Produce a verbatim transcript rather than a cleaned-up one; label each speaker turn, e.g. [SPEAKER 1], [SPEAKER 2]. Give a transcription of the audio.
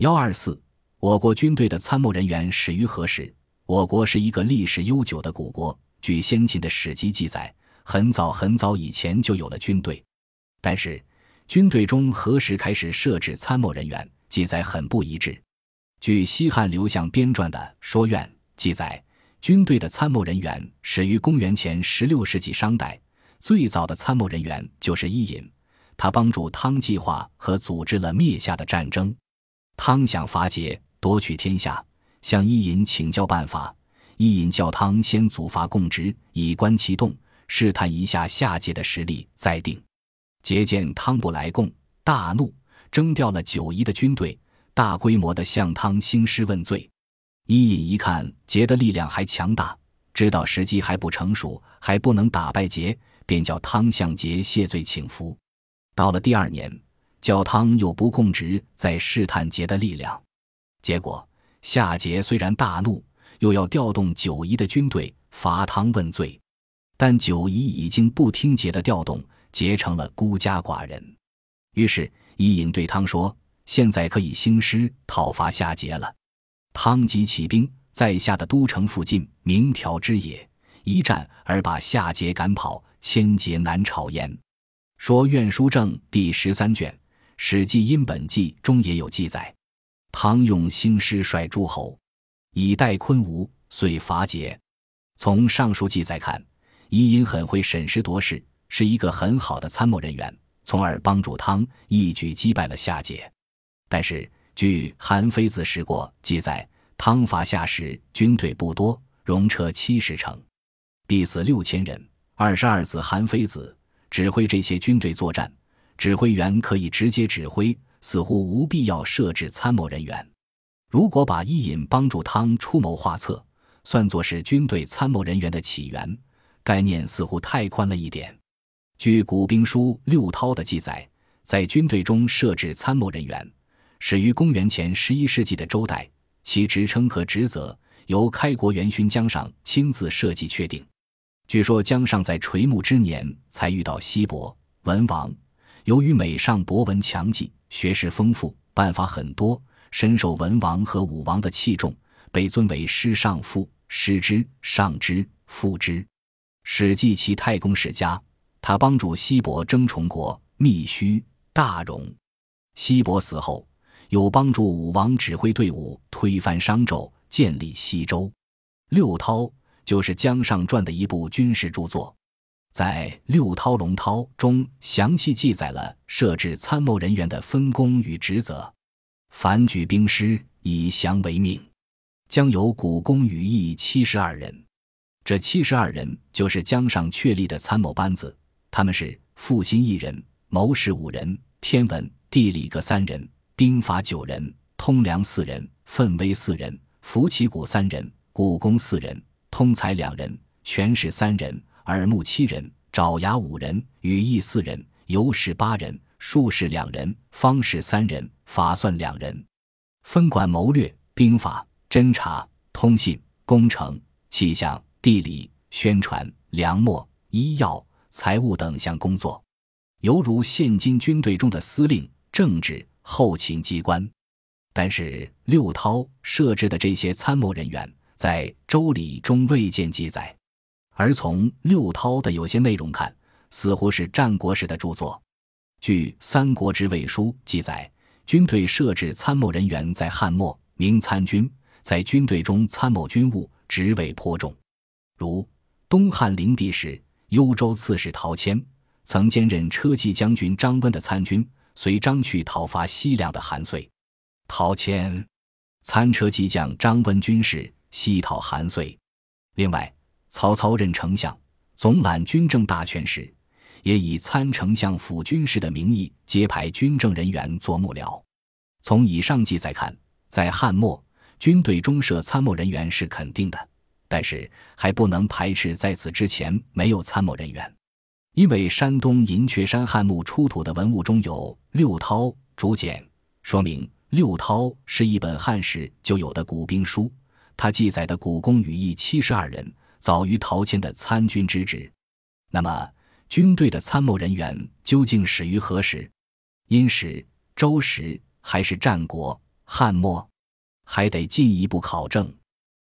[SPEAKER 1] 一二四我国军队的参谋人员始于何时？我国是一个历史悠久的古国，据先秦的史籍记载，很早很早以前就有了军队。但是军队中何时开始设置参谋人员，记载很不一致。据西汉刘向编撰的《说苑》记载，军队的参谋人员始于公元前十六世纪商代，最早的参谋人员就是伊尹，他帮助汤计划和组织了灭夏的战争。汤想伐桀，夺取天下，向伊尹请教办法。伊尹叫汤先阻伐共直，以观其动，试探一下夏桀的实力再定。桀见汤不来贡，大怒，征调了九夷的军队，大规模地向汤兴师问罪。伊尹一看桀的力量还强大，知道时机还不成熟，还不能打败桀，便叫汤向桀谢罪请服。到了第二年，叫汤又不供职，再试探桀的力量。结果夏桀虽然大怒，又要调动九夷的军队伐汤问罪，但九夷已经不听桀的调动，桀成了孤家寡人。于是伊尹对汤说，现在可以兴师讨伐夏桀了。汤即起兵，在夏的都城附近鸣条之野，一战而把夏桀赶跑，迁桀南朝焉。说苑书正第十三卷《史记殷本纪》中也有记载，汤用兴师率诸侯，以待昆吾，遂伐桀。从上述记载看，伊尹很会审时度势，是一个很好的参谋人员，从而帮助汤一举击败了夏桀。但是据《韩非子史过》记载，汤伐夏时军队不多，戎车七十乘，必死六千人。二十二子韩非子指挥这些军队作战，指挥员可以直接指挥，似乎无必要设置参谋人员。如果把伊尹帮助汤出谋划策算作是军队参谋人员的起源，概念似乎太宽了一点。据古兵书六韬的记载，在军队中设置参谋人员始于公元前十一世纪的周代，其职称和职责由开国元勋姜尚亲自设计确定。据说姜尚在垂暮之年才遇到西伯文王，由于美上博闻强记，学识丰富，办法很多，深受文王和武王的器重，被尊为师上父，师之、上之、父之。史记其太公世家，他帮助西伯征崇国、密须、大戎。西伯死后，又帮助武王指挥队伍推翻商纣，建立西周。六韬就是姜尚传的一部军事著作，在六韬龙韬中详细记载了设置参谋人员的分工与职责。凡举兵师，以降为命，将有古公羽翼七十二人。这七十二人就是姜尚确立的参谋班子，他们是傅心一人，谋士五人，天文地理各三人，兵法九人，通粮四人，奋威四人，伏旗鼓三人，鼓弓四人，通才两人，权势三人，耳目七人，爪牙五人，羽翼四人，游士八人，术士两人，方士三人，法算两人。分管谋略、兵法、侦察、通信、工程、气象、地理、宣传、粮墨、医药、财务等项工作，犹如现今军队中的司令、政治、后勤机关。但是六韬设置的这些参谋人员在周礼中未见记载，而从六韬的有些内容看，似乎是战国时的著作。据《三国志魏书》记载，军队设置参谋人员在汉末名参军，在军队中参谋军务，职位颇重。如东汉灵帝时，幽州刺史陶谦曾兼任车骑将军张温的参军，随张去讨伐西凉的韩遂。陶谦参车骑将张温军事，西讨韩遂。另外，曹操任丞相，总揽军政大权时，也以参丞相府军事的名义接派军政人员做幕僚。从以上记载看，在汉末军队中设参谋人员是肯定的，但是还不能排斥在此之前没有参谋人员。因为山东银雀山汉墓出土的文物中有六韬竹简，说明六韬是一本汉时就有的古兵书，它记载的古公羽翼七十二人，早于陶谦的参军之职。那么军队的参谋人员究竟始于何时？殷时、周时还是战国？ 汉末还得进一步考证。